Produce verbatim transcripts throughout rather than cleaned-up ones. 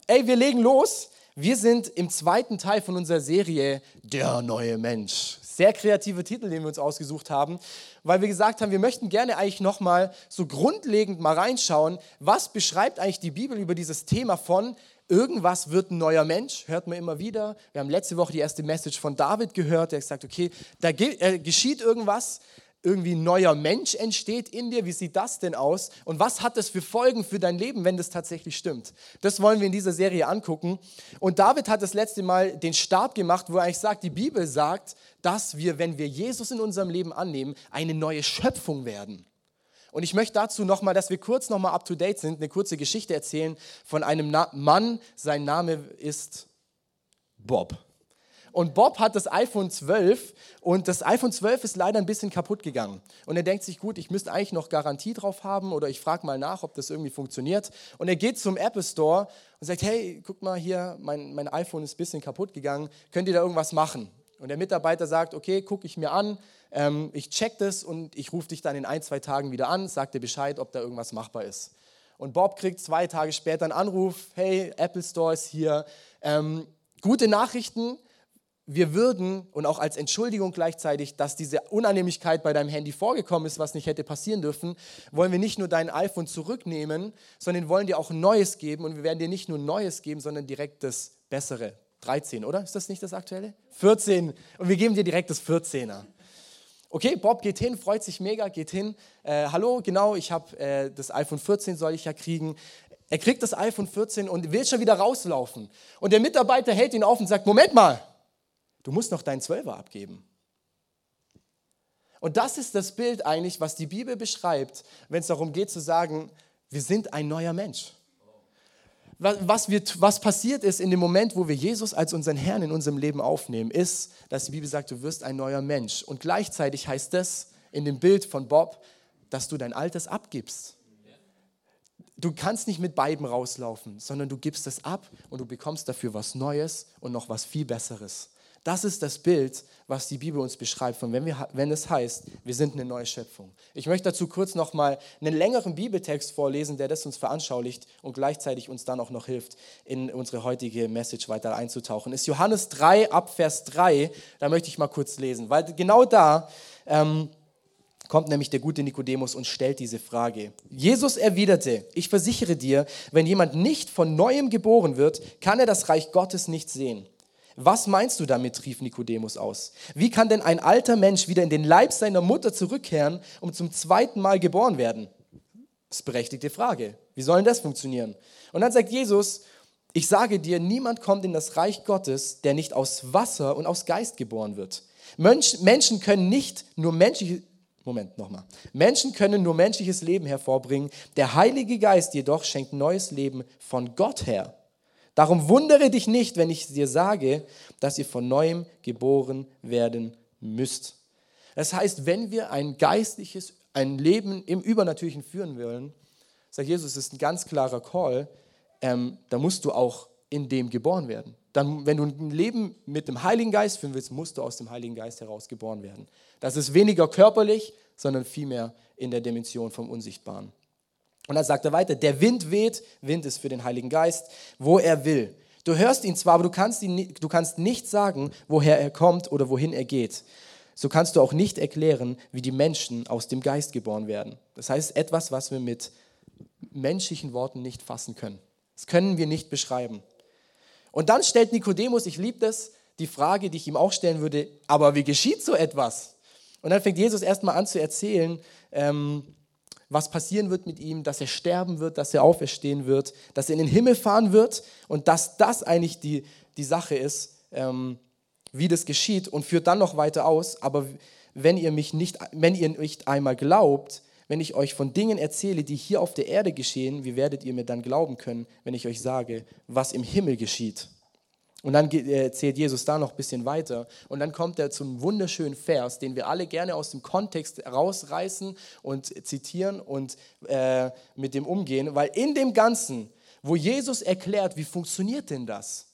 Ey, wir legen los. Wir sind im zweiten Teil von unserer Serie Der neue Mensch. Sehr kreativer Titel, den wir uns ausgesucht haben, weil wir gesagt haben, wir möchten gerne eigentlich nochmal so grundlegend mal reinschauen, was beschreibt eigentlich die Bibel über dieses Thema von irgendwas wird ein neuer Mensch, hört man immer wieder. Wir haben letzte Woche die erste Message von David gehört, der gesagt hat, okay, da äh, geschieht irgendwas, irgendwie ein neuer Mensch entsteht in dir. Wie sieht das denn aus? Und was hat das für Folgen für dein Leben, wenn das tatsächlich stimmt? Das wollen wir in dieser Serie angucken. Und David hat das letzte Mal den Start gemacht, wo er eigentlich sagt, die Bibel sagt, dass wir, wenn wir Jesus in unserem Leben annehmen, eine neue Schöpfung werden. Und ich möchte dazu nochmal, dass wir kurz nochmal up to date sind, eine kurze Geschichte erzählen von einem Na- Mann. Sein Name ist Bob. Und Bob hat das iPhone zwölf und das iPhone zwölf ist leider ein bisschen kaputt gegangen. Und er denkt sich, gut, ich müsste eigentlich noch Garantie drauf haben oder ich frage mal nach, ob das irgendwie funktioniert. Und er geht zum Apple Store und sagt, hey, guck mal hier, mein, mein iPhone ist ein bisschen kaputt gegangen, könnt ihr da irgendwas machen? Und der Mitarbeiter sagt, okay, gucke ich mir an, ähm, ich check das und ich rufe dich dann in ein, zwei Tagen wieder an, sag dir Bescheid, ob da irgendwas machbar ist. Und Bob kriegt zwei Tage später einen Anruf, hey, Apple Store ist hier, ähm, gute Nachrichten. Wir würden, und auch als Entschuldigung gleichzeitig, dass diese Unannehmlichkeit bei deinem Handy vorgekommen ist, was nicht hätte passieren dürfen, wollen wir nicht nur dein iPhone zurücknehmen, sondern wollen dir auch ein neues geben. Und wir werden dir nicht nur ein neues geben, sondern direkt das bessere. dreizehn, oder? Ist das nicht das aktuelle? vierzehn. Und wir geben dir direkt das vierzehner. Okay, Bob geht hin, freut sich mega, geht hin. Äh, hallo, genau, ich habe äh, das iPhone vierzehn, soll ich ja kriegen. Er kriegt das iPhone vierzehn und will schon wieder rauslaufen. Und der Mitarbeiter hält ihn auf und sagt, Moment mal. Du musst noch deinen Zwölfer abgeben. Und das ist das Bild eigentlich, was die Bibel beschreibt, wenn es darum geht zu sagen, wir sind ein neuer Mensch. Was, wird, was passiert ist in dem Moment, wo wir Jesus als unseren Herrn in unserem Leben aufnehmen, ist, dass die Bibel sagt, du wirst ein neuer Mensch. Und gleichzeitig heißt das in dem Bild von Bob, dass du dein Altes abgibst. Du kannst nicht mit beiden rauslaufen, sondern du gibst es ab und du bekommst dafür was Neues und noch was viel Besseres. Das ist das Bild, was die Bibel uns beschreibt, von wenn, wir, wenn es heißt, wir sind eine neue Schöpfung. Ich möchte dazu kurz nochmal einen längeren Bibeltext vorlesen, der das uns veranschaulicht und gleichzeitig uns dann auch noch hilft, in unsere heutige Message weiter einzutauchen. Ist Johannes drei ab Vers drei, da möchte ich mal kurz lesen, weil genau da ähm, kommt nämlich der gute Nikodemus und stellt diese Frage. Jesus erwiderte, ich versichere dir, wenn jemand nicht von Neuem geboren wird, kann er das Reich Gottes nicht sehen. Was meinst du damit, rief Nikodemus aus. Wie kann denn ein alter Mensch wieder in den Leib seiner Mutter zurückkehren, um zum zweiten Mal geboren werden? Das ist eine berechtigte Frage. Wie soll denn das funktionieren? Und dann sagt Jesus, ich sage dir, niemand kommt in das Reich Gottes, der nicht aus Wasser und aus Geist geboren wird. Mensch, Menschen können nicht nur menschliche, Moment, nochmal. Menschen können nur menschliches Leben hervorbringen. Der Heilige Geist jedoch schenkt neues Leben von Gott her. Darum wundere dich nicht, wenn ich dir sage, dass ihr von Neuem geboren werden müsst. Das heißt, wenn wir ein geistliches, ein Leben im Übernatürlichen führen wollen, sagt Jesus, es ist ein ganz klarer Call, ähm, da musst du auch in dem geboren werden. Dann, wenn du ein Leben mit dem Heiligen Geist führen willst, musst du aus dem Heiligen Geist heraus geboren werden. Das ist weniger körperlich, sondern vielmehr in der Dimension vom Unsichtbaren. Und dann sagt er weiter, der Wind weht, Wind ist für den Heiligen Geist, wo er will. Du hörst ihn zwar, aber du kannst, ihn, du kannst nicht sagen, woher er kommt oder wohin er geht. So kannst du auch nicht erklären, wie die Menschen aus dem Geist geboren werden. Das heißt, etwas, was wir mit menschlichen Worten nicht fassen können. Das können wir nicht beschreiben. Und dann stellt Nikodemus, ich liebe das, die Frage, die ich ihm auch stellen würde, aber wie geschieht so etwas? Und dann fängt Jesus erstmal an zu erzählen, ähm, was passieren wird mit ihm, dass er sterben wird, dass er auferstehen wird, dass er in den Himmel fahren wird und dass das eigentlich die, die Sache ist, ähm, wie das geschieht und führt dann noch weiter aus. Aber wenn ihr mich nicht, wenn ihr nicht einmal glaubt, wenn ich euch von Dingen erzähle, die hier auf der Erde geschehen, wie werdet ihr mir dann glauben können, wenn ich euch sage, was im Himmel geschieht? Und dann erzählt Jesus da noch ein bisschen weiter und dann kommt er zum wunderschönen Vers, den wir alle gerne aus dem Kontext rausreißen und zitieren und äh, mit dem umgehen, weil in dem Ganzen, wo Jesus erklärt, wie funktioniert denn das,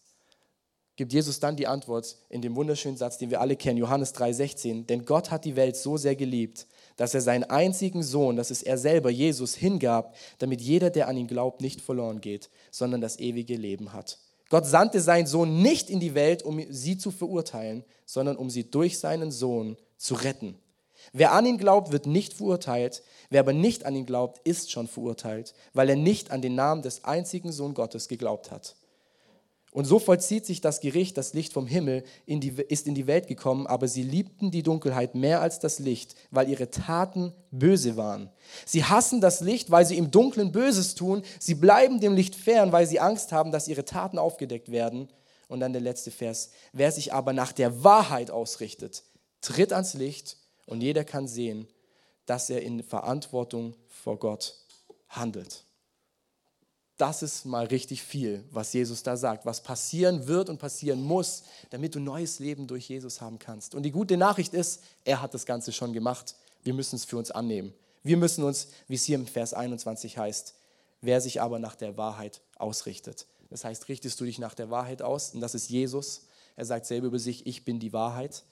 gibt Jesus dann die Antwort in dem wunderschönen Satz, den wir alle kennen, Johannes drei sechzehn, denn Gott hat die Welt so sehr geliebt, dass er seinen einzigen Sohn, das ist er selber, Jesus, hingab, damit jeder, der an ihn glaubt, nicht verloren geht, sondern das ewige Leben hat. Gott sandte seinen Sohn nicht in die Welt, um sie zu verurteilen, sondern um sie durch seinen Sohn zu retten. Wer an ihn glaubt, wird nicht verurteilt. Wer aber nicht an ihn glaubt, ist schon verurteilt, weil er nicht an den Namen des einzigen Sohn Gottes geglaubt hat. Und so vollzieht sich das Gericht, das Licht vom Himmel in die, ist in die Welt gekommen, aber sie liebten die Dunkelheit mehr als das Licht, weil ihre Taten böse waren. Sie hassen das Licht, weil sie im Dunkeln Böses tun. Sie bleiben dem Licht fern, weil sie Angst haben, dass ihre Taten aufgedeckt werden. Und dann der letzte Vers. Wer sich aber nach der Wahrheit ausrichtet, tritt ans Licht und jeder kann sehen, dass er in Verantwortung vor Gott handelt. Das ist mal richtig viel, was Jesus da sagt, was passieren wird und passieren muss, damit du neues Leben durch Jesus haben kannst. Und die gute Nachricht ist, er hat das Ganze schon gemacht. Wir müssen es für uns annehmen. Wir müssen uns, wie es hier im Vers einundzwanzig heißt, wer sich aber nach der Wahrheit ausrichtet. Das heißt, richtest du dich nach der Wahrheit aus, und das ist Jesus. Er sagt selber über sich, ich bin die Wahrheit.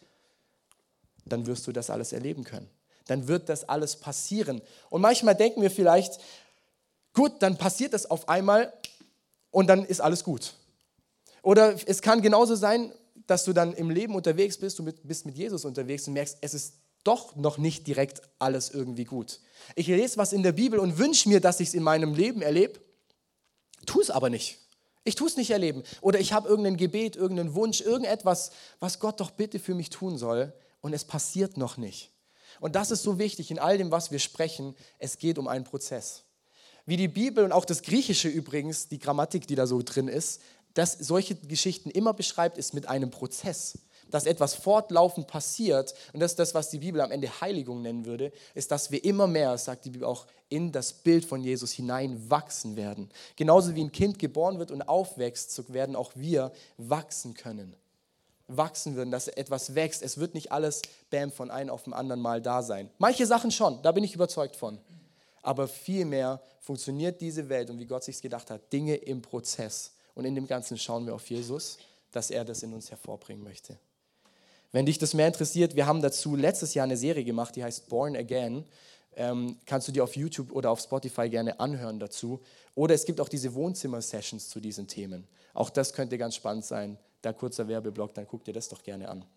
Dann wirst du das alles erleben können. Dann wird das alles passieren. Und manchmal denken wir vielleicht, gut, dann passiert es auf einmal und dann ist alles gut. Oder es kann genauso sein, dass du dann im Leben unterwegs bist, du bist mit Jesus unterwegs und merkst, es ist doch noch nicht direkt alles irgendwie gut. Ich lese was in der Bibel und wünsche mir, dass ich es in meinem Leben erlebe, tue es aber nicht. Ich tue es nicht erleben. Oder ich habe irgendein Gebet, irgendeinen Wunsch, irgendetwas, was Gott doch bitte für mich tun soll und es passiert noch nicht. Und das ist so wichtig in all dem, was wir sprechen, es geht um einen Prozess. Wie die Bibel und auch das Griechische übrigens, die Grammatik, die da so drin ist, das solche Geschichten immer beschreibt, ist mit einem Prozess. Dass etwas fortlaufend passiert, und das ist das, was die Bibel am Ende Heiligung nennen würde, ist, dass wir immer mehr, sagt die Bibel auch, in das Bild von Jesus hinein wachsen werden. Genauso wie ein Kind geboren wird und aufwächst, so werden auch wir wachsen können. Wachsen würden, dass etwas wächst. Es wird nicht alles, bam, von einem auf den anderen Mal da sein. Manche Sachen schon, da bin ich überzeugt von. Aber vielmehr funktioniert diese Welt und wie Gott sich gedacht hat, Dinge im Prozess. Und in dem Ganzen schauen wir auf Jesus, dass er das in uns hervorbringen möchte. Wenn dich das mehr interessiert, wir haben dazu letztes Jahr eine Serie gemacht, die heißt Born Again. Ähm, kannst du dir auf YouTube oder auf Spotify gerne anhören dazu. Oder es gibt auch diese Wohnzimmer-Sessions zu diesen Themen. Auch das könnte ganz spannend sein. Da kurzer Werbeblock, dann guck dir das doch gerne an.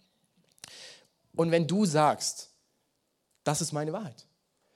Und wenn du sagst, das ist meine Wahrheit,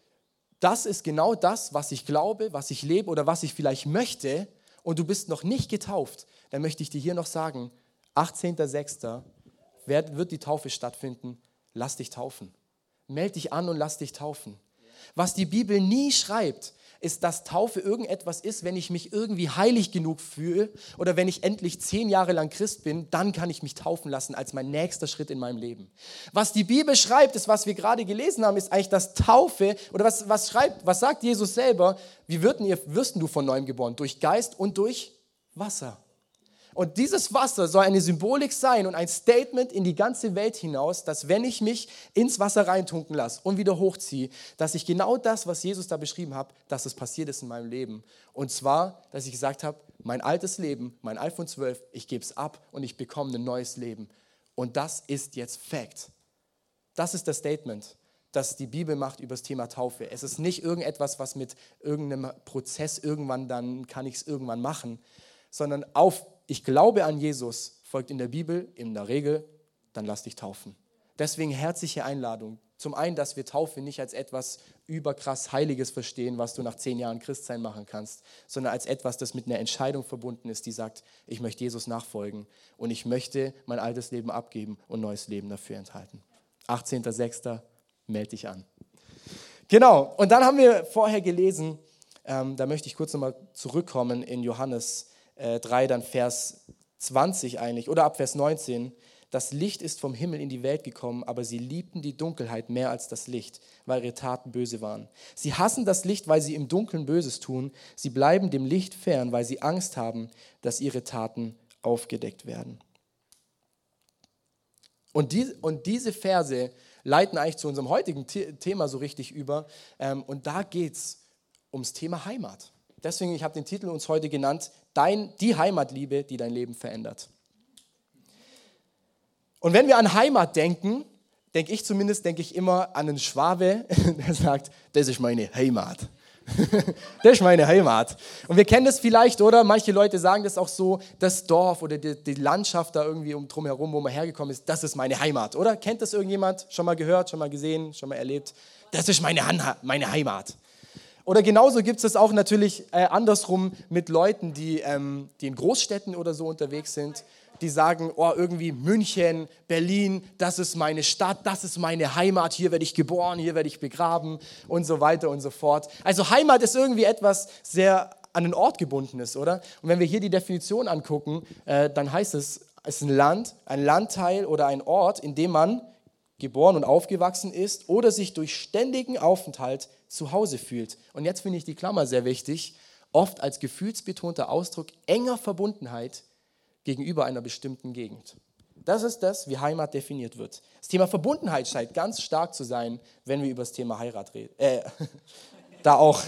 das ist genau das, was ich glaube, was ich lebe oder was ich vielleicht möchte und du bist noch nicht getauft, dann möchte ich dir hier noch sagen, achtzehnter sechster wird die Taufe stattfinden. Lass dich taufen. Meld dich an und lass dich taufen. Was die Bibel nie schreibt, ist, dass Taufe irgendetwas ist, wenn ich mich irgendwie heilig genug fühle oder wenn ich endlich zehn Jahre lang Christ bin, dann kann ich mich taufen lassen als mein nächster Schritt in meinem Leben. Was die Bibel schreibt, ist, was wir gerade gelesen haben, ist eigentlich, dass Taufe, oder was, was schreibt, was sagt Jesus selber, wie wirst du von neuem geboren? Durch Geist und durch Wasser. Und dieses Wasser soll eine Symbolik sein und ein Statement in die ganze Welt hinaus, dass wenn ich mich ins Wasser reintunken lasse und wieder hochziehe, dass ich genau das, was Jesus da beschrieben hat, dass es passiert ist in meinem Leben. Und zwar, dass ich gesagt habe, mein altes Leben, mein iPhone zwölf, ich gebe es ab und ich bekomme ein neues Leben. Und das ist jetzt Fact. Das ist das Statement, das die Bibel macht über das Thema Taufe. Es ist nicht irgendetwas, was mit irgendeinem Prozess irgendwann, dann kann ich es irgendwann machen, sondern auf ich glaube an Jesus, folgt in der Bibel, in der Regel, dann lass dich taufen. Deswegen herzliche Einladung. Zum einen, dass wir Taufe nicht als etwas überkrass Heiliges verstehen, was du nach zehn Jahren Christsein machen kannst, sondern als etwas, das mit einer Entscheidung verbunden ist, die sagt, ich möchte Jesus nachfolgen und ich möchte mein altes Leben abgeben und neues Leben dafür enthalten. achtzehnter sechster melde dich an. Genau, und dann haben wir vorher gelesen, ähm, da möchte ich kurz nochmal zurückkommen in Johannes drei, dann Vers zwanzig eigentlich, oder ab Vers neunzehn. Das Licht ist vom Himmel in die Welt gekommen, aber sie liebten die Dunkelheit mehr als das Licht, weil ihre Taten böse waren. Sie hassen das Licht, weil sie im Dunkeln Böses tun. Sie bleiben dem Licht fern, weil sie Angst haben, dass ihre Taten aufgedeckt werden. Und, die, und diese Verse leiten eigentlich zu unserem heutigen Thema so richtig über. Und da geht es ums Thema Heimat. Deswegen, ich habe den Titel uns heute genannt, Dein, die Heimatliebe, die dein Leben verändert. Und wenn wir an Heimat denken, denke ich zumindest, denke ich immer an einen Schwabe, der sagt, das ist meine Heimat. Das ist meine Heimat. Und wir kennen das vielleicht, oder? Manche Leute sagen das auch so, das Dorf oder die, die Landschaft da irgendwie um drumherum, wo man hergekommen ist, das ist meine Heimat, oder? Kennt das irgendjemand? Schon mal gehört, schon mal gesehen, schon mal erlebt? Das ist meine, Han- meine Heimat. Oder genauso gibt es das auch natürlich äh, andersrum mit Leuten, die, ähm, die in Großstädten oder so unterwegs sind, die sagen, oh, irgendwie München, Berlin, das ist meine Stadt, das ist meine Heimat, hier werde ich geboren, hier werde ich begraben und so weiter und so fort. Also Heimat ist irgendwie etwas sehr an einen Ort gebundenes, oder? Und wenn wir hier die Definition angucken, äh, dann heißt es, es ist ein Land, ein Landteil oder ein Ort, in dem man geboren und aufgewachsen ist oder sich durch ständigen Aufenthalt zu Hause fühlt. Und jetzt finde ich die Klammer sehr wichtig, oft als gefühlsbetonter Ausdruck enger Verbundenheit gegenüber einer bestimmten Gegend. Das ist das, wie Heimat definiert wird. Das Thema Verbundenheit scheint ganz stark zu sein, wenn wir über das Thema Heirat reden. Äh, da auch.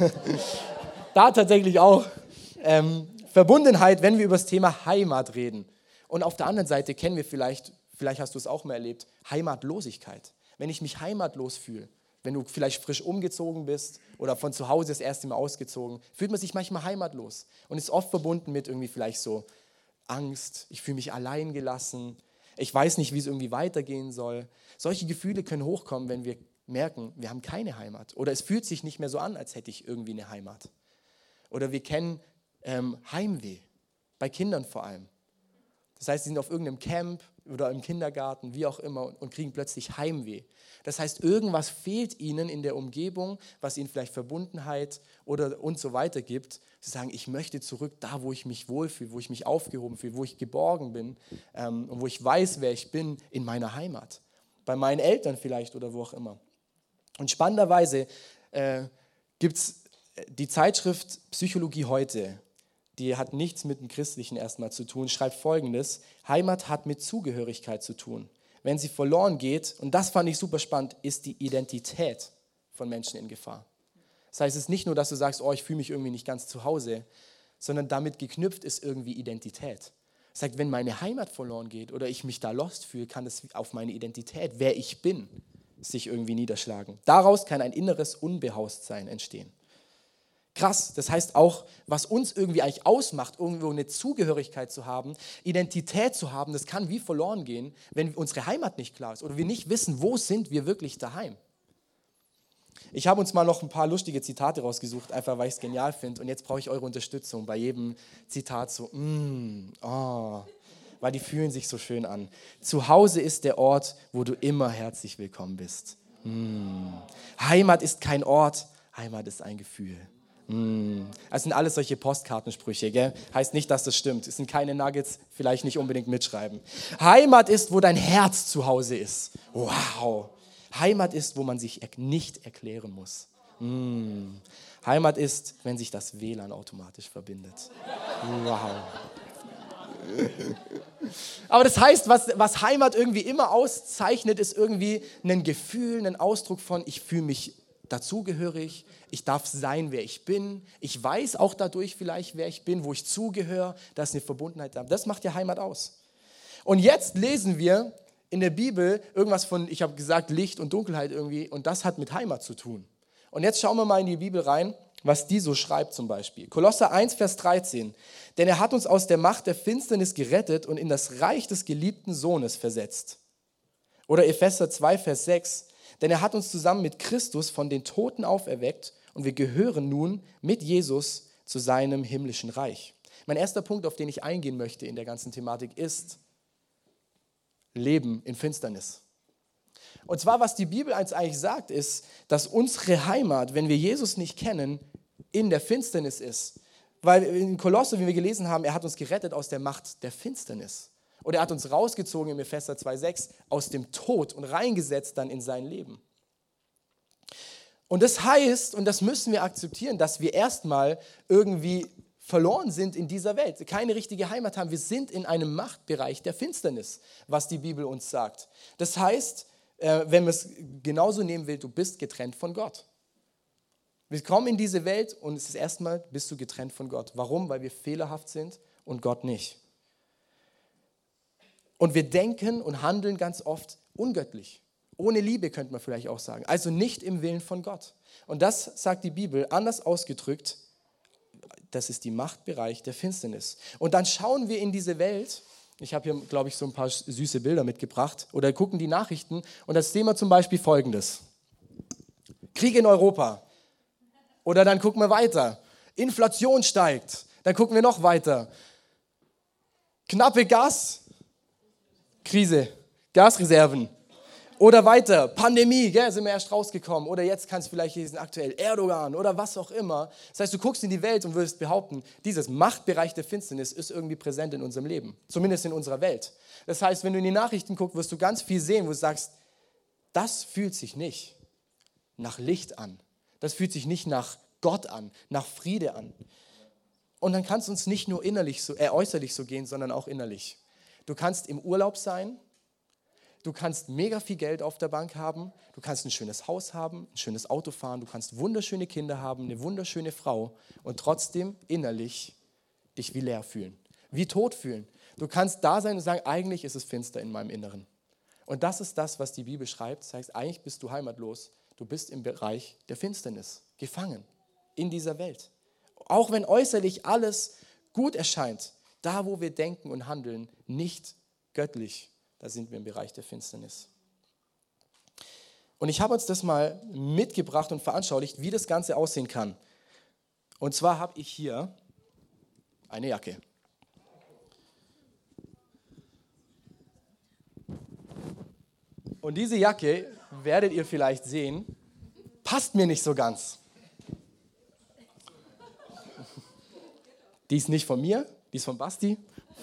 Da tatsächlich auch. Ähm, Verbundenheit, wenn wir über das Thema Heimat reden. Und auf der anderen Seite kennen wir vielleicht, vielleicht hast du es auch mal erlebt, Heimatlosigkeit. Wenn ich mich heimatlos fühle, wenn du vielleicht frisch umgezogen bist oder von zu Hause das erste Mal ausgezogen, fühlt man sich manchmal heimatlos und ist oft verbunden mit irgendwie vielleicht so Angst, ich fühle mich allein gelassen, ich weiß nicht, wie es irgendwie weitergehen soll. Solche Gefühle können hochkommen, wenn wir merken, wir haben keine Heimat oder es fühlt sich nicht mehr so an, als hätte ich irgendwie eine Heimat. Oder wir kennen ähm, Heimweh, bei Kindern vor allem. Das heißt, sie sind auf irgendeinem Camp oder im Kindergarten, wie auch immer, und kriegen plötzlich Heimweh. Das heißt, irgendwas fehlt ihnen in der Umgebung, was ihnen vielleicht Verbundenheit oder und so weiter gibt. Sie sagen, ich möchte zurück da, wo ich mich wohlfühle, wo ich mich aufgehoben fühle, wo ich geborgen bin ähm, und wo ich weiß, wer ich bin, in meiner Heimat. Bei meinen Eltern vielleicht oder wo auch immer. Und spannenderweise äh, gibt es die Zeitschrift Psychologie heute, die hat nichts mit dem Christlichen erstmal zu tun, schreibt Folgendes: Heimat hat mit Zugehörigkeit zu tun. Wenn sie verloren geht, und das fand ich super spannend, ist die Identität von Menschen in Gefahr. Das heißt, es ist nicht nur, dass du sagst, oh, ich fühle mich irgendwie nicht ganz zu Hause, sondern damit geknüpft ist irgendwie Identität. Das heißt, wenn meine Heimat verloren geht oder ich mich da lost fühle, kann es auf meine Identität, wer ich bin, sich irgendwie niederschlagen. Daraus kann ein inneres Unbehaustsein entstehen. Krass, das heißt auch, was uns irgendwie eigentlich ausmacht, irgendwo eine Zugehörigkeit zu haben, Identität zu haben, das kann wie verloren gehen, wenn unsere Heimat nicht klar ist oder wir nicht wissen, wo sind wir wirklich daheim. Ich habe uns mal noch ein paar lustige Zitate rausgesucht, einfach weil ich es genial finde und jetzt brauche ich eure Unterstützung bei jedem Zitat so, mm, oh, weil die fühlen sich so schön an. Zu Hause ist der Ort, wo du immer herzlich willkommen bist. Mm. Heimat ist kein Ort, Heimat ist ein Gefühl. Das sind alles solche Postkartensprüche, gell? Heißt nicht, dass das stimmt. Es sind keine Nuggets, vielleicht nicht unbedingt mitschreiben. Heimat ist, wo dein Herz zu Hause ist. Wow. Heimat ist, wo man sich nicht erklären muss. Mm. Heimat ist, wenn sich das W L A N automatisch verbindet. Wow. Aber das heißt, was, was Heimat irgendwie immer auszeichnet, ist irgendwie ein Gefühl, ein Ausdruck von, ich fühle mich dazugehörig, ich darf sein, wer ich bin, ich weiß auch dadurch vielleicht, wer ich bin, wo ich zugehöre, da ist eine Verbundenheit da. Das macht ja Heimat aus. Und jetzt lesen wir in der Bibel irgendwas von, ich habe gesagt, Licht und Dunkelheit irgendwie, und das hat mit Heimat zu tun. Und jetzt schauen wir mal in die Bibel rein, was die so schreibt zum Beispiel. Kolosser eins, Vers dreizehn. Denn er hat uns aus der Macht der Finsternis gerettet und in das Reich des geliebten Sohnes versetzt. Oder Epheser zwei, Vers sechs. Denn er hat uns zusammen mit Christus von den Toten auferweckt und wir gehören nun mit Jesus zu seinem himmlischen Reich. Mein erster Punkt, auf den ich eingehen möchte in der ganzen Thematik, ist Leben in Finsternis. Und zwar, was die Bibel eigentlich sagt, ist, dass unsere Heimat, wenn wir Jesus nicht kennen, in der Finsternis ist. Weil in Kolosse, wie wir gelesen haben, er hat uns gerettet aus der Macht der Finsternis. Und er hat uns rausgezogen im Epheser zwei, sechs aus dem Tod und reingesetzt dann in sein Leben. Und das heißt, und das müssen wir akzeptieren, dass wir erstmal irgendwie verloren sind in dieser Welt, keine richtige Heimat haben. Wir sind in einem Machtbereich der Finsternis, was die Bibel uns sagt. Das heißt, wenn man es genauso nehmen will, du bist getrennt von Gott. Wir kommen in diese Welt und es ist erstmal, bist du getrennt von Gott. Warum? Weil wir fehlerhaft sind und Gott nicht. Und wir denken und handeln ganz oft ungöttlich, ohne Liebe könnte man vielleicht auch sagen. Also nicht im Willen von Gott. Und das sagt die Bibel, anders ausgedrückt, das ist die Machtbereich der Finsternis. Und dann schauen wir in diese Welt. Ich habe hier, glaube ich, so ein paar süße Bilder mitgebracht. Oder gucken die Nachrichten. Und das sehen wir zum Beispiel Folgendes. Krieg in Europa. Oder dann gucken wir weiter. Inflation steigt. Dann gucken wir noch weiter. Knappe Gaskrise. Gasreserven. Oder weiter, Pandemie, gell, sind wir erst rausgekommen. Oder jetzt kann es vielleicht lesen, aktuell Erdogan oder was auch immer. Das heißt, du guckst in die Welt und würdest behaupten, dieses Machtbereich der Finsternis ist irgendwie präsent in unserem Leben. Zumindest in unserer Welt. Das heißt, wenn du in die Nachrichten guckst, wirst du ganz viel sehen, wo du sagst, das fühlt sich nicht nach Licht an. Das fühlt sich nicht nach Gott an, nach Friede an. Und dann kann es uns nicht nur innerlich so, äh, äußerlich so gehen, sondern auch innerlich. Du kannst im Urlaub sein. Du kannst mega viel Geld auf der Bank haben, du kannst ein schönes Haus haben, ein schönes Auto fahren, du kannst wunderschöne Kinder haben, eine wunderschöne Frau und trotzdem innerlich dich wie leer fühlen, wie tot fühlen. Du kannst da sein und sagen, eigentlich ist es finster in meinem Inneren. Und das ist das, was die Bibel schreibt. Das heißt, eigentlich bist du heimatlos, du bist im Bereich der Finsternis, gefangen in dieser Welt. Auch wenn äußerlich alles gut erscheint, da wo wir denken und handeln, nicht göttlich. Da sind wir im Bereich der Finsternis. Und ich habe uns das mal mitgebracht und veranschaulicht, wie das Ganze aussehen kann. Und zwar habe ich hier eine Jacke. Und diese Jacke, werdet ihr vielleicht sehen, passt mir nicht so ganz. Die ist nicht von mir, die ist von Basti.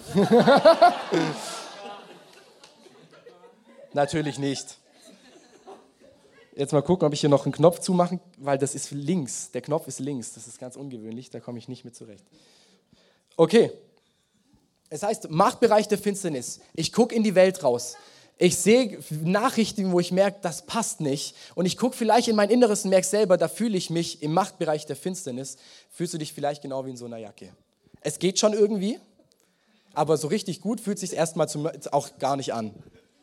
Natürlich nicht. Jetzt mal gucken, ob ich hier noch einen Knopf zumachen, weil das ist links. Der Knopf ist links. Das ist ganz ungewöhnlich, da komme ich nicht mit zurecht. Okay. Es heißt, Machtbereich der Finsternis. Ich gucke in die Welt raus. Ich sehe Nachrichten, wo ich merke, das passt nicht. Und ich gucke vielleicht in mein Inneres und merke selber, da fühle ich mich im Machtbereich der Finsternis. Fühlst du dich vielleicht genau wie in so einer Jacke. Es geht schon irgendwie, aber so richtig gut fühlt es sich erstmal auch gar nicht an.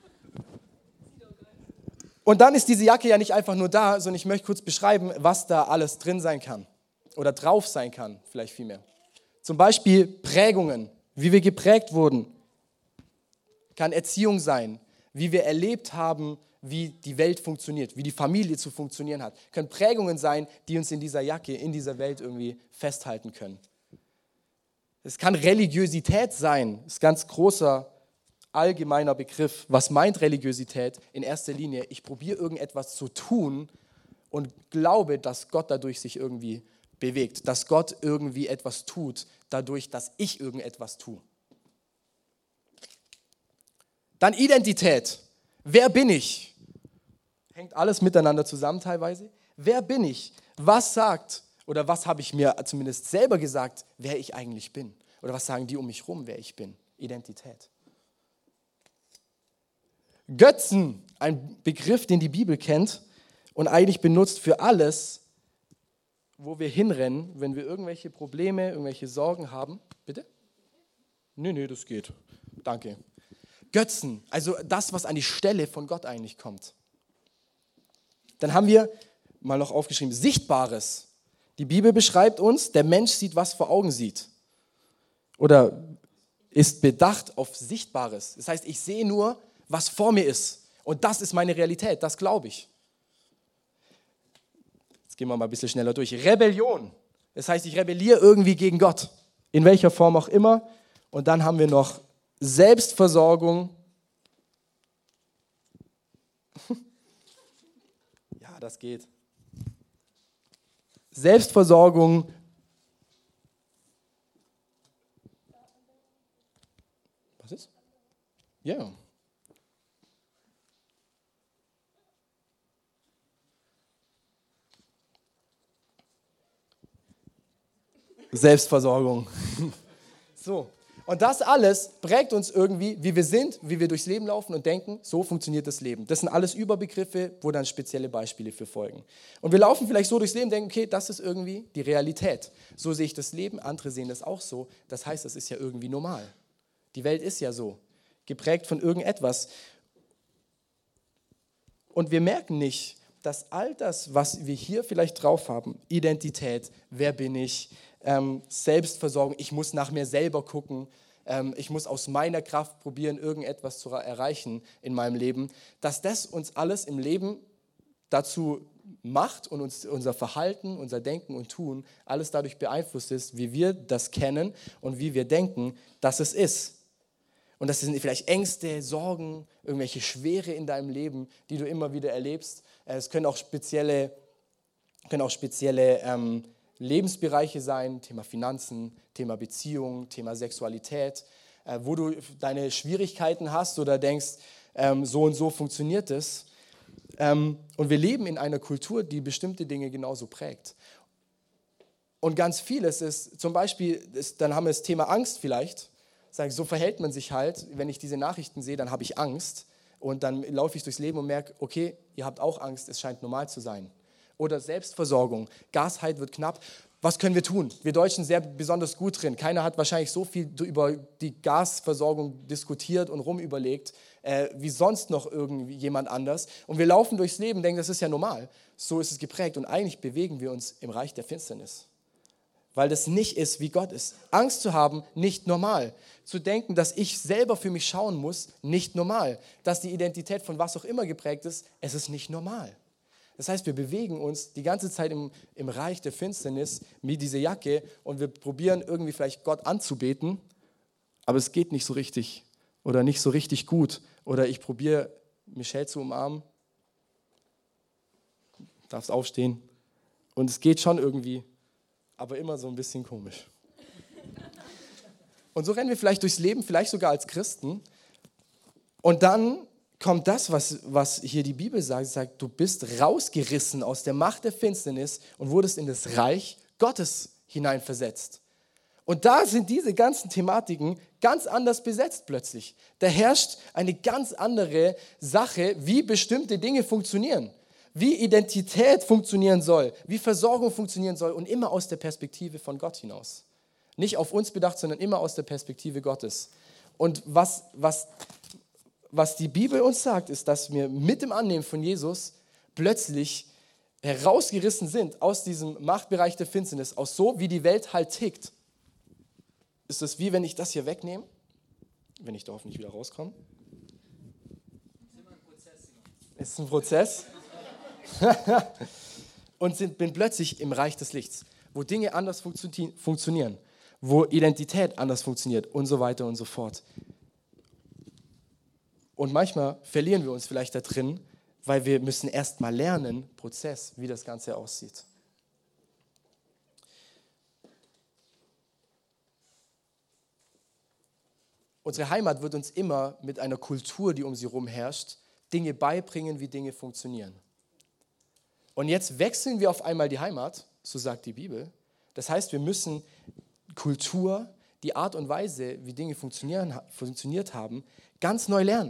Und dann ist diese Jacke ja nicht einfach nur da, sondern ich möchte kurz beschreiben, was da alles drin sein kann. Oder drauf sein kann, vielleicht vielmehr. Zum Beispiel Prägungen, wie wir geprägt wurden. Kann Erziehung sein, wie wir erlebt haben, wie die Welt funktioniert, wie die Familie zu funktionieren hat. Können Prägungen sein, die uns in dieser Jacke, in dieser Welt irgendwie festhalten können. Es kann Religiosität sein, das ist ein ganz großer allgemeiner Begriff. Was meint Religiosität? In erster Linie, ich probiere irgendetwas zu tun und glaube, dass Gott dadurch sich irgendwie bewegt, dass Gott irgendwie etwas tut, dadurch, dass ich irgendetwas tue. Dann Identität. Wer bin ich? Hängt alles miteinander zusammen teilweise. Wer bin ich? Was sagt oder was habe ich mir zumindest selber gesagt, wer ich eigentlich bin? Oder was sagen die um mich rum, wer ich bin? Identität. Götzen, ein Begriff, den die Bibel kennt und eigentlich benutzt für alles, wo wir hinrennen, wenn wir irgendwelche Probleme, irgendwelche Sorgen haben. Bitte? Nee, nee, das geht. Danke. Götzen, also das, was an die Stelle von Gott eigentlich kommt. Dann haben wir mal noch aufgeschrieben, Sichtbares. Die Bibel beschreibt uns, der Mensch sieht, was vor Augen sieht. Oder ist bedacht auf Sichtbares. Das heißt, ich sehe nur, was vor mir ist. Und das ist meine Realität, das glaube ich. Jetzt gehen wir mal ein bisschen schneller durch. Rebellion. Das heißt, ich rebelliere irgendwie gegen Gott. In welcher Form auch immer. Und dann haben wir noch Selbstversorgung. Ja, das geht. Selbstversorgung. Was ist? Ja. Yeah. Selbstversorgung. So. Und das alles prägt uns irgendwie, wie wir sind, wie wir durchs Leben laufen und denken, so funktioniert das Leben. Das sind alles Überbegriffe, wo dann spezielle Beispiele für folgen. Und wir laufen vielleicht so durchs Leben und denken, okay, das ist irgendwie die Realität. So sehe ich das Leben, andere sehen das auch so. Das heißt, das ist ja irgendwie normal. Die Welt ist ja so, geprägt von irgendetwas. Und wir merken nicht, dass all das, was wir hier vielleicht drauf haben, Identität, wer bin ich, ähm, Selbstversorgung, ich muss nach mir selber gucken, ähm, ich muss aus meiner Kraft probieren, irgendetwas zu erreichen in meinem Leben, dass das uns alles im Leben dazu macht und uns unser Verhalten, unser Denken und Tun alles dadurch beeinflusst ist, wie wir das kennen und wie wir denken, dass es ist. Und das sind vielleicht Ängste, Sorgen, irgendwelche Schwere in deinem Leben, die du immer wieder erlebst. Es können auch spezielle, können auch spezielle ähm, Lebensbereiche sein, Thema Finanzen, Thema Beziehung, Thema Sexualität, äh, wo du deine Schwierigkeiten hast oder denkst, ähm, so und so funktioniert es. Ähm, und wir leben in einer Kultur, die bestimmte Dinge genauso prägt. Und ganz vieles ist, zum Beispiel, ist, dann haben wir das Thema Angst vielleicht. Sag, so verhält man sich halt, wenn ich diese Nachrichten sehe, dann habe ich Angst. Und dann laufe ich durchs Leben und merke, okay, ihr habt auch Angst, es scheint normal zu sein. Oder Selbstversorgung, Gashalt wird knapp. Was können wir tun? Wir Deutschen sind sehr besonders gut drin. Keiner hat wahrscheinlich so viel über die Gasversorgung diskutiert und rumüberlegt, äh, wie sonst noch irgendjemand anders. Und wir laufen durchs Leben und denken, das ist ja normal. So ist es geprägt. Und eigentlich bewegen wir uns im Reich der Finsternis. Weil das nicht ist, wie Gott ist. Angst zu haben, nicht normal. Zu denken, dass ich selber für mich schauen muss, nicht normal. Dass die Identität von was auch immer geprägt ist, es ist nicht normal. Das heißt, wir bewegen uns die ganze Zeit im, im Reich der Finsternis mit dieser Jacke und wir probieren irgendwie vielleicht Gott anzubeten, aber es geht nicht so richtig oder nicht so richtig gut. Oder ich probiere, Michelle zu umarmen, darfst aufstehen und es geht schon irgendwie, aber immer so ein bisschen komisch. Und so rennen wir vielleicht durchs Leben, vielleicht sogar als Christen. Und dann kommt das, was, was hier die Bibel sagt, sagt, du bist rausgerissen aus der Macht der Finsternis und wurdest in das Reich Gottes hineinversetzt. Und da sind diese ganzen Thematiken ganz anders besetzt plötzlich. Da herrscht eine ganz andere Sache, wie bestimmte Dinge funktionieren. Wie Identität funktionieren soll, wie Versorgung funktionieren soll und immer aus der Perspektive von Gott hinaus. Nicht auf uns bedacht, sondern immer aus der Perspektive Gottes. Und was, was, was die Bibel uns sagt, ist, dass wir mit dem Annehmen von Jesus plötzlich herausgerissen sind aus diesem Machtbereich der Finsternis, aus so, wie die Welt halt tickt. Ist es wie, wenn ich das hier wegnehme, wenn ich da hoffentlich wieder rauskomme? Es ist ein Prozess. Und sind, bin plötzlich im Reich des Lichts, wo Dinge anders funktio- funktionieren, wo Identität anders funktioniert und so weiter und so fort. Und manchmal verlieren wir uns vielleicht da drin, weil wir müssen erst mal lernen, Prozess, wie das Ganze aussieht. Unsere Heimat wird uns immer mit einer Kultur, die um sie herum herrscht, Dinge beibringen, wie Dinge funktionieren. Und jetzt wechseln wir auf einmal die Heimat, so sagt die Bibel. Das heißt, wir müssen Kultur, die Art und Weise, wie Dinge funktionieren, funktioniert haben, ganz neu lernen.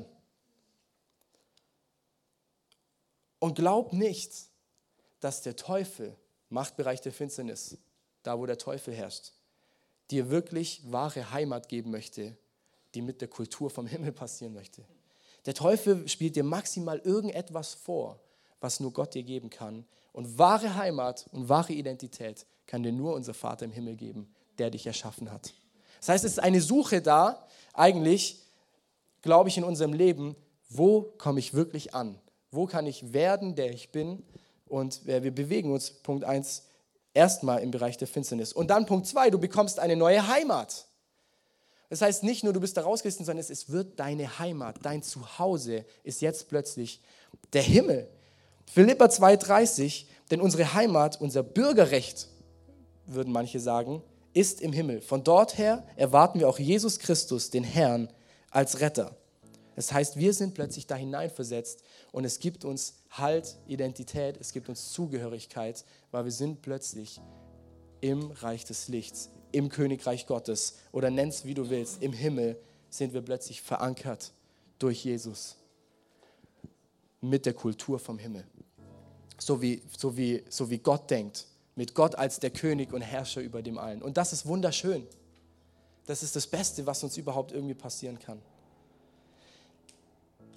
Und glaub nicht, dass der Teufel, Machtbereich der Finsternis, da wo der Teufel herrscht, dir wirklich wahre Heimat geben möchte, die mit der Kultur vom Himmel passieren möchte. Der Teufel spielt dir maximal irgendetwas vor, was nur Gott dir geben kann. Und wahre Heimat und wahre Identität kann dir nur unser Vater im Himmel geben, der dich erschaffen hat. Das heißt, es ist eine Suche da, eigentlich, glaube ich, in unserem Leben, wo komme ich wirklich an? Wo kann ich werden, der ich bin? Und wir bewegen uns, Punkt eins, erstmal im Bereich der Finsternis. Und dann Punkt zwei, du bekommst eine neue Heimat. Das heißt nicht nur, du bist da rausgerissen, sondern es wird deine Heimat, dein Zuhause ist jetzt plötzlich der Himmel. Philipper zwei dreißig, denn unsere Heimat, unser Bürgerrecht, würden manche sagen, ist im Himmel. Von dort her erwarten wir auch Jesus Christus, den Herrn, als Retter. Das heißt, wir sind plötzlich da hineinversetzt und es gibt uns Halt, Identität, es gibt uns Zugehörigkeit, weil wir sind plötzlich im Reich des Lichts, im Königreich Gottes oder nenn's wie du willst, im Himmel sind wir plötzlich verankert durch Jesus mit der Kultur vom Himmel. So wie, so wie, so wie Gott denkt, mit Gott als der König und Herrscher über dem allen. Und das ist wunderschön. Das ist das Beste, was uns überhaupt irgendwie passieren kann.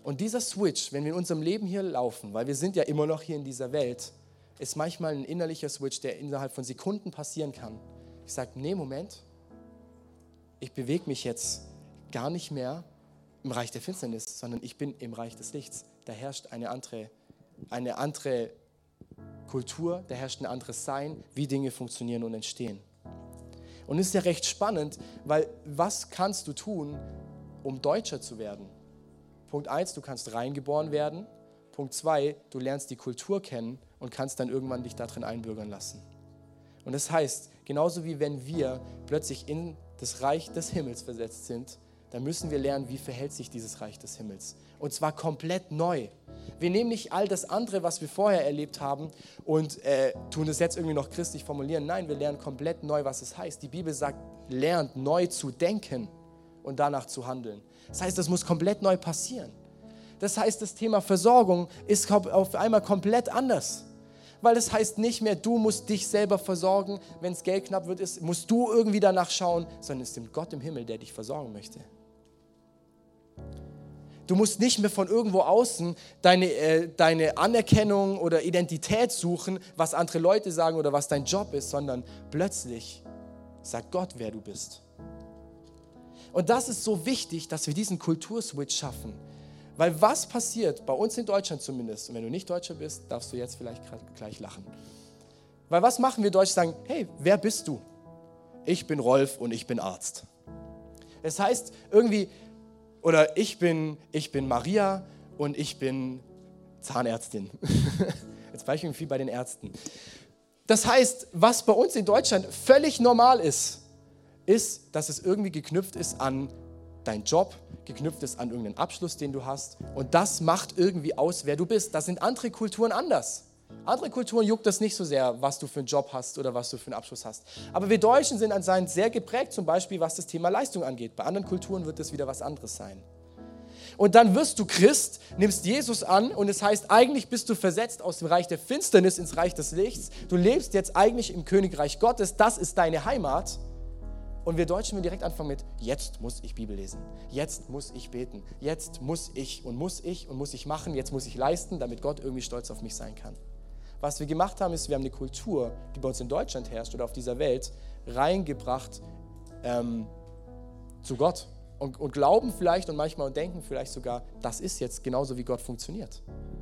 Und dieser Switch, wenn wir in unserem Leben hier laufen, weil wir sind ja immer noch hier in dieser Welt, ist manchmal ein innerlicher Switch, der innerhalb von Sekunden passieren kann. Ich sage, nee, Moment, ich bewege mich jetzt gar nicht mehr im Reich der Finsternis, sondern ich bin im Reich des Lichts. Da herrscht eine andere, eine andere Kultur, da herrscht ein anderes Sein, wie Dinge funktionieren und entstehen. Und es ist ja recht spannend, weil was kannst du tun, um Deutscher zu werden? Punkt eins, du kannst reingeboren werden. Punkt zwei, du lernst die Kultur kennen und kannst dann irgendwann dich da drin einbürgern lassen. Und das heißt, genauso wie wenn wir plötzlich in das Reich des Himmels versetzt sind, dann müssen wir lernen, wie verhält sich dieses Reich des Himmels. Und zwar komplett neu. Wir nehmen nicht all das andere, was wir vorher erlebt haben und äh, tun es jetzt irgendwie noch christlich formulieren. Nein, wir lernen komplett neu, was es heißt. Die Bibel sagt, lernt neu zu denken und danach zu handeln. Das heißt, das muss komplett neu passieren. Das heißt, das Thema Versorgung ist auf einmal komplett anders. Weil das heißt nicht mehr, du musst dich selber versorgen, wenn es Geld knapp wird, ist, musst du irgendwie danach schauen, sondern es ist Gott im Himmel, der dich versorgen möchte. Du musst nicht mehr von irgendwo außen deine, äh, deine Anerkennung oder Identität suchen, was andere Leute sagen oder was dein Job ist, sondern plötzlich sagt Gott, wer du bist. Und das ist so wichtig, dass wir diesen Kulturswitch schaffen. Weil was passiert, bei uns in Deutschland zumindest, und wenn du nicht Deutscher bist, darfst du jetzt vielleicht gleich lachen. Weil was machen wir Deutsche? Sagen, hey, wer bist du? Ich bin Rolf und ich bin Arzt. Es heißt irgendwie, oder ich bin, ich bin Maria und ich bin Zahnärztin. Jetzt war ich irgendwie bei den Ärzten. Das heißt, was bei uns in Deutschland völlig normal ist, ist, dass es irgendwie geknüpft ist an deinen Job, geknüpft ist an irgendeinen Abschluss, den du hast. Und das macht irgendwie aus, wer du bist. Da sind andere Kulturen anders. Andere Kulturen juckt das nicht so sehr, was du für einen Job hast oder was du für einen Abschluss hast. Aber wir Deutschen sind anscheinend sehr geprägt, zum Beispiel was das Thema Leistung angeht. Bei anderen Kulturen wird das wieder was anderes sein. Und dann wirst du Christ, nimmst Jesus an und es heißt, eigentlich bist du versetzt aus dem Reich der Finsternis ins Reich des Lichts. Du lebst jetzt eigentlich im Königreich Gottes, das ist deine Heimat. Und wir Deutschen will direkt anfangen mit, jetzt muss ich Bibel lesen, jetzt muss ich beten, jetzt muss ich und muss ich und muss ich machen, jetzt muss ich leisten, damit Gott irgendwie stolz auf mich sein kann. Was wir gemacht haben, ist, wir haben eine Kultur, die bei uns in Deutschland herrscht oder auf dieser Welt, reingebracht ähm, zu Gott. Und, und glauben vielleicht und manchmal und denken vielleicht sogar, das ist jetzt genauso, wie Gott funktioniert.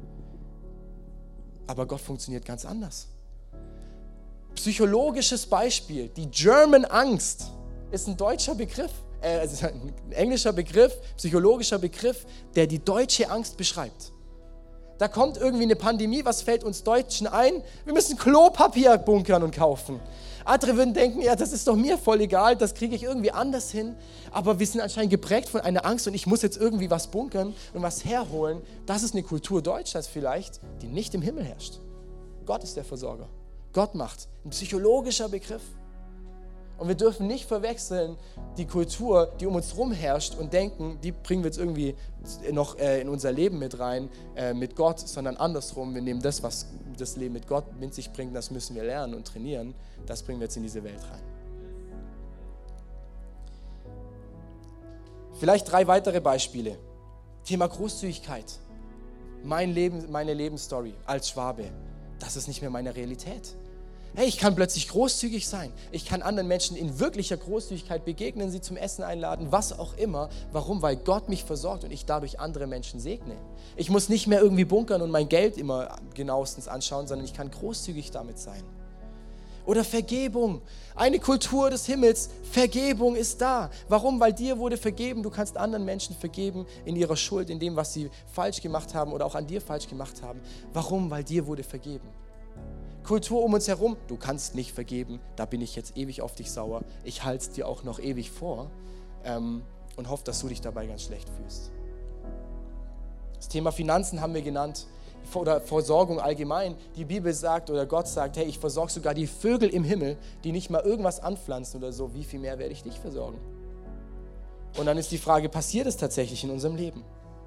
Aber Gott funktioniert ganz anders. Psychologisches Beispiel, die German Angst ist ein deutscher Begriff, äh, also ein englischer Begriff, psychologischer Begriff, der die deutsche Angst beschreibt. Da kommt irgendwie eine Pandemie, was fällt uns Deutschen ein? Wir müssen Klopapier bunkern und kaufen. Andere würden denken, ja, das ist doch mir voll egal, das kriege ich irgendwie anders hin. Aber wir sind anscheinend geprägt von einer Angst und ich muss jetzt irgendwie was bunkern und was herholen. Das ist eine Kultur Deutschlands vielleicht, die nicht im Himmel herrscht. Gott ist der Versorger. Gott macht. Ein psychologischer Begriff. Und wir dürfen nicht verwechseln die Kultur, die um uns herum herrscht und denken, die bringen wir jetzt irgendwie noch äh, in unser Leben mit rein, äh, mit Gott, sondern andersrum. Wir nehmen das, was das Leben mit Gott mit sich bringt, das müssen wir lernen und trainieren, das bringen wir jetzt in diese Welt rein. Vielleicht drei weitere Beispiele. Thema Großzügigkeit. Mein Leben, meine Lebensstory als Schwabe, das ist nicht mehr meine Realität. Hey, ich kann plötzlich großzügig sein. Ich kann anderen Menschen in wirklicher Großzügigkeit begegnen, sie zum Essen einladen, was auch immer. Warum? Weil Gott mich versorgt und ich dadurch andere Menschen segne. Ich muss nicht mehr irgendwie bunkern und mein Geld immer genauestens anschauen, sondern ich kann großzügig damit sein. Oder Vergebung. Eine Kultur des Himmels. Vergebung ist da. Warum? Weil dir wurde vergeben. Du kannst anderen Menschen vergeben in ihrer Schuld, in dem, was sie falsch gemacht haben oder auch an dir falsch gemacht haben. Warum? Weil dir wurde vergeben. Kultur um uns herum, du kannst nicht vergeben, da bin ich jetzt ewig auf dich sauer, ich halte es dir auch noch ewig vor ähm, und hoffe, dass du dich dabei ganz schlecht fühlst. Das Thema Finanzen haben wir genannt oder Versorgung allgemein. Die Bibel sagt oder Gott sagt, hey, ich versorge sogar die Vögel im Himmel, die nicht mal irgendwas anpflanzen oder so, wie viel mehr werde ich dich versorgen? Und dann ist die Frage, passiert es tatsächlich in unserem Leben?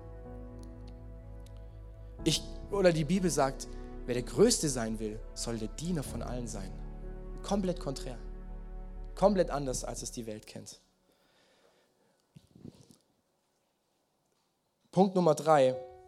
Ich, oder die Bibel sagt, wer der Größte sein will, soll der Diener von allen sein. Komplett konträr. Komplett anders, als es die Welt kennt. Punkt Nummer drei.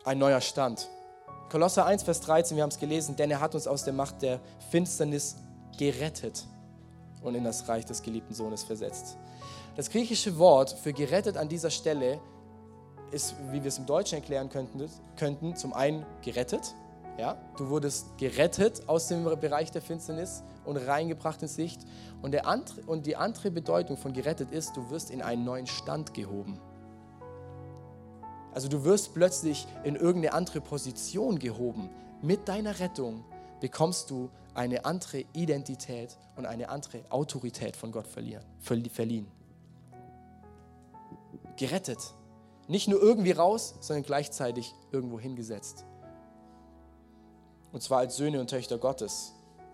ein neuer Stand. Kolosser eins, Vers dreizehn, wir haben es gelesen, denn er hat uns aus der Macht der Finsternis gerettet und in das Reich des geliebten Sohnes versetzt. Das griechische Wort für gerettet an dieser Stelle ist, wie wir es im Deutschen erklären könnten, könnten zum einen gerettet. Ja? Du wurdest gerettet aus dem Bereich der Finsternis und reingebracht ins Licht. Und, der andere, und die andere Bedeutung von gerettet ist, du wirst in einen neuen Stand gehoben. Also du wirst plötzlich in irgendeine andere Position gehoben. Mit deiner Rettung bekommst du eine andere Identität und eine andere Autorität von Gott verliehen. Gerettet. Nicht nur irgendwie raus, sondern gleichzeitig irgendwo hingesetzt. Und zwar als Söhne und Töchter Gottes.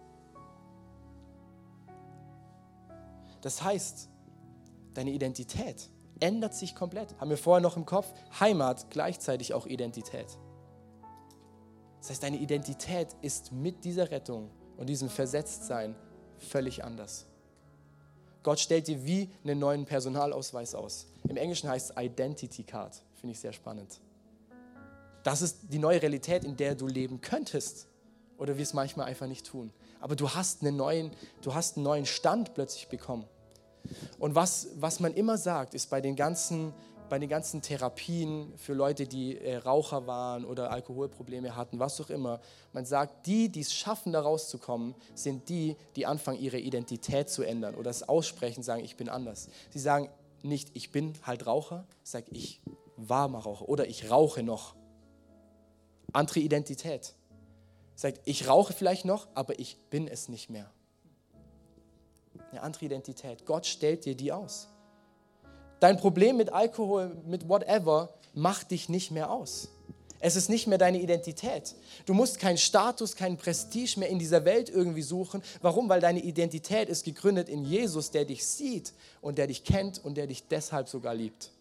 Das heißt, deine Identität ändert sich komplett. Haben wir vorher noch im Kopf? Heimat gleichzeitig auch Identität. Das heißt, deine Identität ist mit dieser Rettung und diesem Versetztsein völlig anders. Gott stellt dir wie einen neuen Personalausweis aus. Im Englischen heißt es Identity Card. Finde ich sehr spannend. Das ist die neue Realität, in der du leben könntest. Oder wir es manchmal einfach nicht tun. Aber du hast einen neuen, du hast einen neuen Stand plötzlich bekommen. Und was, was man immer sagt, ist bei den ganzen, bei den ganzen Therapien für Leute, die äh, Raucher waren oder Alkoholprobleme hatten, was auch immer, man sagt, die, die es schaffen, da rauszukommen, sind die, die anfangen, ihre Identität zu ändern oder es aussprechen, sagen, ich bin anders. Sie sagen nicht, ich bin halt Raucher, sag ich war mal Raucher oder ich rauche noch. Andere Identität. Sagt, ich rauche vielleicht noch, aber ich bin es nicht mehr. Eine andere Identität. Gott stellt dir die aus. Dein Problem mit Alkohol, mit whatever, macht dich nicht mehr aus. Es ist nicht mehr deine Identität. Du musst keinen Status, keinen Prestige mehr in dieser Welt irgendwie suchen. Warum? Weil deine Identität ist gegründet in Jesus, der dich sieht und der dich kennt und der dich deshalb sogar liebt.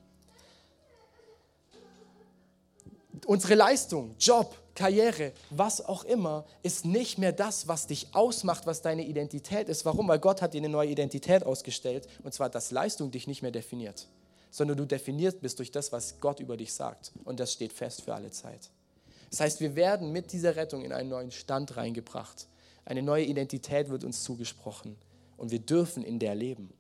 Unsere Leistung, Job, Karriere, was auch immer, ist nicht mehr das, was dich ausmacht, was deine Identität ist. Warum? Weil Gott hat dir eine neue Identität ausgestellt, und zwar, dass Leistung dich nicht mehr definiert, sondern du definiert bist durch das, was Gott über dich sagt. Und das steht fest für alle Zeit. Das heißt, wir werden mit dieser Rettung in einen neuen Stand reingebracht. Eine neue Identität wird uns zugesprochen und wir dürfen in der leben.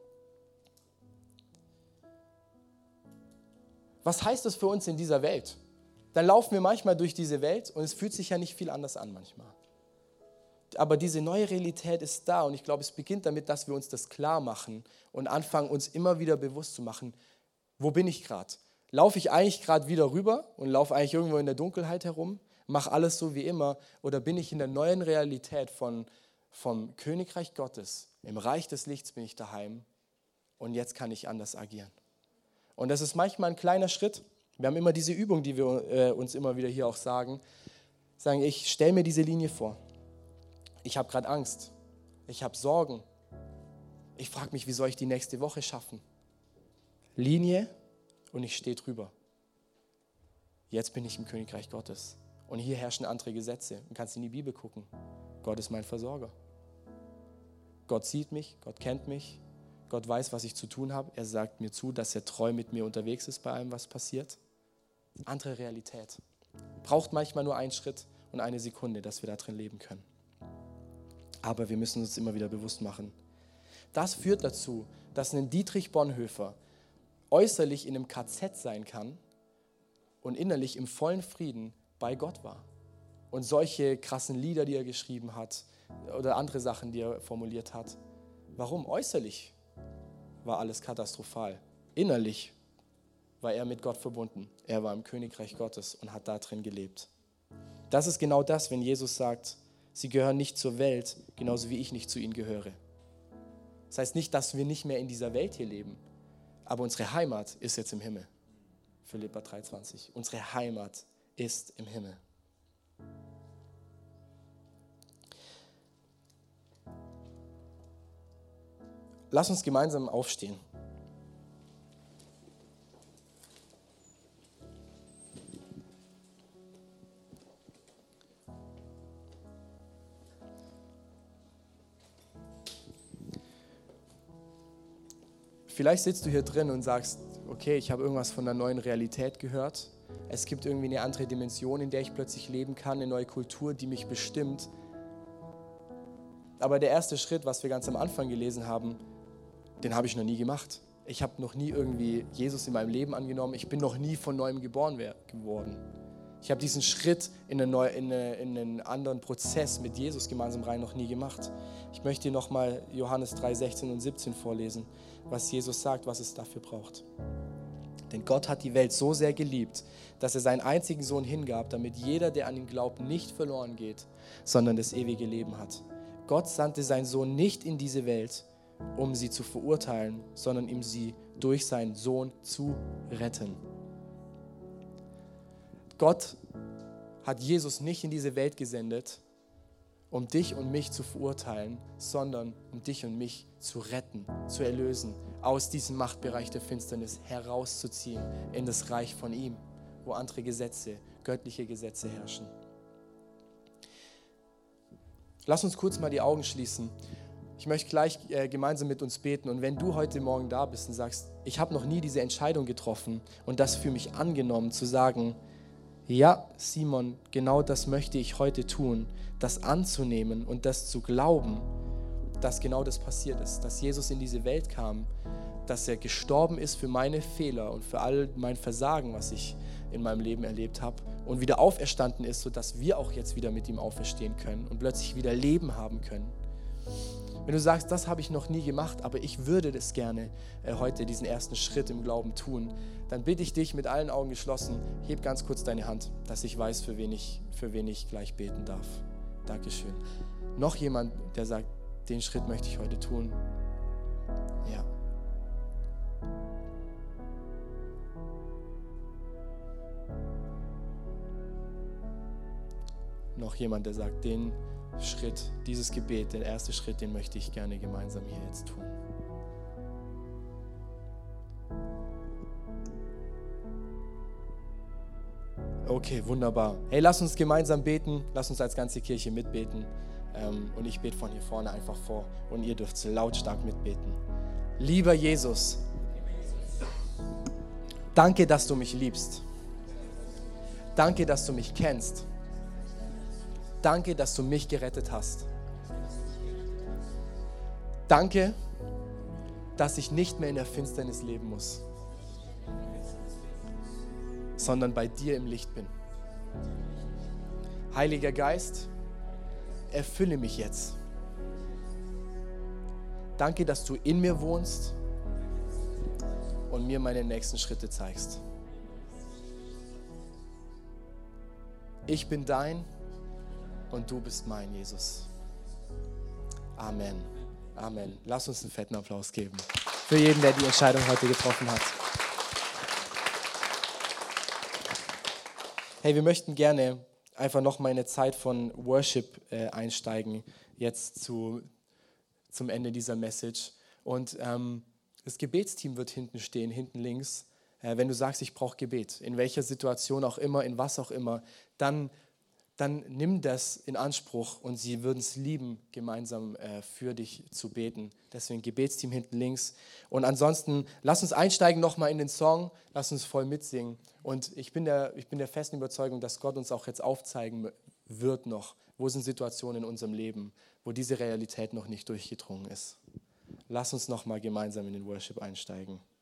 Was heißt das für uns in dieser Welt? Dann laufen wir manchmal durch diese Welt und es fühlt sich ja nicht viel anders an manchmal. Aber diese neue Realität ist da und ich glaube, es beginnt damit, dass wir uns das klar machen und anfangen, uns immer wieder bewusst zu machen, wo bin ich gerade? Laufe ich eigentlich gerade wieder rüber und laufe eigentlich irgendwo in der Dunkelheit herum, mache alles so wie immer oder bin ich in der neuen Realität von, vom Königreich Gottes, im Reich des Lichts bin ich daheim und jetzt kann ich anders agieren. Und das ist manchmal ein kleiner Schritt. Wir haben immer diese Übung, die wir äh, uns immer wieder hier auch sagen. Sagen, ich stelle mir diese Linie vor. Ich habe gerade Angst. Ich habe Sorgen. Ich frage mich, wie soll ich die nächste Woche schaffen? Linie und ich stehe drüber. Jetzt bin ich im Königreich Gottes. Und hier herrschen andere Gesetze. Du kannst in die Bibel gucken. Gott ist mein Versorger. Gott sieht mich, Gott kennt mich. Gott weiß, was ich zu tun habe. Er sagt mir zu, dass er treu mit mir unterwegs ist bei allem, was passiert. Andere Realität. Braucht manchmal nur einen Schritt und eine Sekunde, dass wir da drin leben können. Aber wir müssen uns immer wieder bewusst machen. Das führt dazu, dass ein Dietrich Bonhoeffer äußerlich in einem K Z sein kann und innerlich im vollen Frieden bei Gott war. Und solche krassen Lieder, die er geschrieben hat oder andere Sachen, die er formuliert hat. Warum? Äußerlich war alles katastrophal. Innerlich war er mit Gott verbunden. Er war im Königreich Gottes und hat da drin gelebt. Das ist genau das, wenn Jesus sagt, sie gehören nicht zur Welt, genauso wie ich nicht zu ihnen gehöre. Das heißt nicht, dass wir nicht mehr in dieser Welt hier leben, aber unsere Heimat ist jetzt im Himmel. Philipper drei zwanzig. Unsere Heimat ist im Himmel. Lass uns gemeinsam aufstehen. Vielleicht sitzt du hier drin und sagst, okay, ich habe irgendwas von der neuen Realität gehört Es gibt irgendwie eine andere Dimension, in der ich plötzlich leben kann, eine neue Kultur, die mich bestimmt. Aber der erste Schritt, was wir ganz am Anfang gelesen haben, den habe ich noch nie gemacht. Ich habe noch nie irgendwie Jesus in meinem Leben angenommen. Ich bin noch nie von Neuem geboren geworden. Ich habe diesen Schritt in einen, neu, in, eine, in einen anderen Prozess mit Jesus gemeinsam rein noch nie gemacht. Ich möchte dir nochmal Johannes drei, sechzehn und siebzehn vorlesen, was Jesus sagt, was es dafür braucht. Denn Gott hat die Welt so sehr geliebt, dass er seinen einzigen Sohn hingab, damit jeder, der an ihn glaubt, nicht verloren geht, sondern das ewige Leben hat. Gott sandte seinen Sohn nicht in diese Welt, um sie zu verurteilen, sondern um sie durch seinen Sohn zu retten. Gott hat Jesus nicht in diese Welt gesendet, um dich und mich zu verurteilen, sondern um dich und mich zu retten, zu erlösen, aus diesem Machtbereich der Finsternis herauszuziehen in das Reich von ihm, wo andere Gesetze, göttliche Gesetze herrschen. Lass uns kurz mal die Augen schließen. Ich möchte gleich äh, gemeinsam mit uns beten. Und wenn du heute Morgen da bist und sagst, ich habe noch nie diese Entscheidung getroffen und das für mich angenommen, zu sagen, ja, Simon, genau das möchte ich heute tun, das anzunehmen und das zu glauben, dass genau das passiert ist, dass Jesus in diese Welt kam, dass er gestorben ist für meine Fehler und für all mein Versagen, was ich in meinem Leben erlebt habe und wieder auferstanden ist, sodass wir auch jetzt wieder mit ihm auferstehen können und plötzlich wieder Leben haben können. Wenn du sagst, das habe ich noch nie gemacht, aber ich würde das gerne äh, heute, diesen ersten Schritt im Glauben tun, dann bitte ich dich mit allen Augen geschlossen, heb ganz kurz deine Hand, dass ich weiß, für wen ich, für wen ich gleich beten darf. Dankeschön. Noch jemand, der sagt, den Schritt möchte ich heute tun? Ja. Noch jemand, der sagt, den Schritt, dieses Gebet, der erste Schritt, den möchte ich gerne gemeinsam hier jetzt tun. Okay, wunderbar. Hey, lass uns gemeinsam beten, lass uns als ganze Kirche mitbeten. Ähm, und ich bete von hier vorne einfach vor und ihr dürft lautstark mitbeten. Lieber Jesus, danke, dass du mich liebst. Danke, dass du mich kennst. Danke, dass du mich gerettet hast. Danke, dass ich nicht mehr in der Finsternis leben muss, sondern bei dir im Licht bin. Heiliger Geist, erfülle mich jetzt. Danke, dass du in mir wohnst und mir meine nächsten Schritte zeigst. Ich bin dein und du bist mein, Jesus. Amen. Amen. Lass uns einen fetten Applaus geben für jeden, der die Entscheidung heute getroffen hat. Hey, wir möchten gerne einfach noch mal in eine Zeit von Worship äh, einsteigen, jetzt zu, zum Ende dieser Message. Und ähm, das Gebetsteam wird hinten stehen, hinten links. Äh, wenn du sagst, ich brauche Gebet, in welcher Situation auch immer, in was auch immer, dann dann nimm das in Anspruch und sie würden es lieben, gemeinsam äh, für dich zu beten. Deswegen Gebetsteam hinten links. Und ansonsten, lass uns einsteigen nochmal in den Song, lass uns voll mitsingen. Und ich bin, der, ich bin der festen Überzeugung, dass Gott uns auch jetzt aufzeigen wird noch, wo sind Situationen in unserem Leben, wo diese Realität noch nicht durchgedrungen ist. Lass uns nochmal gemeinsam in den Worship einsteigen.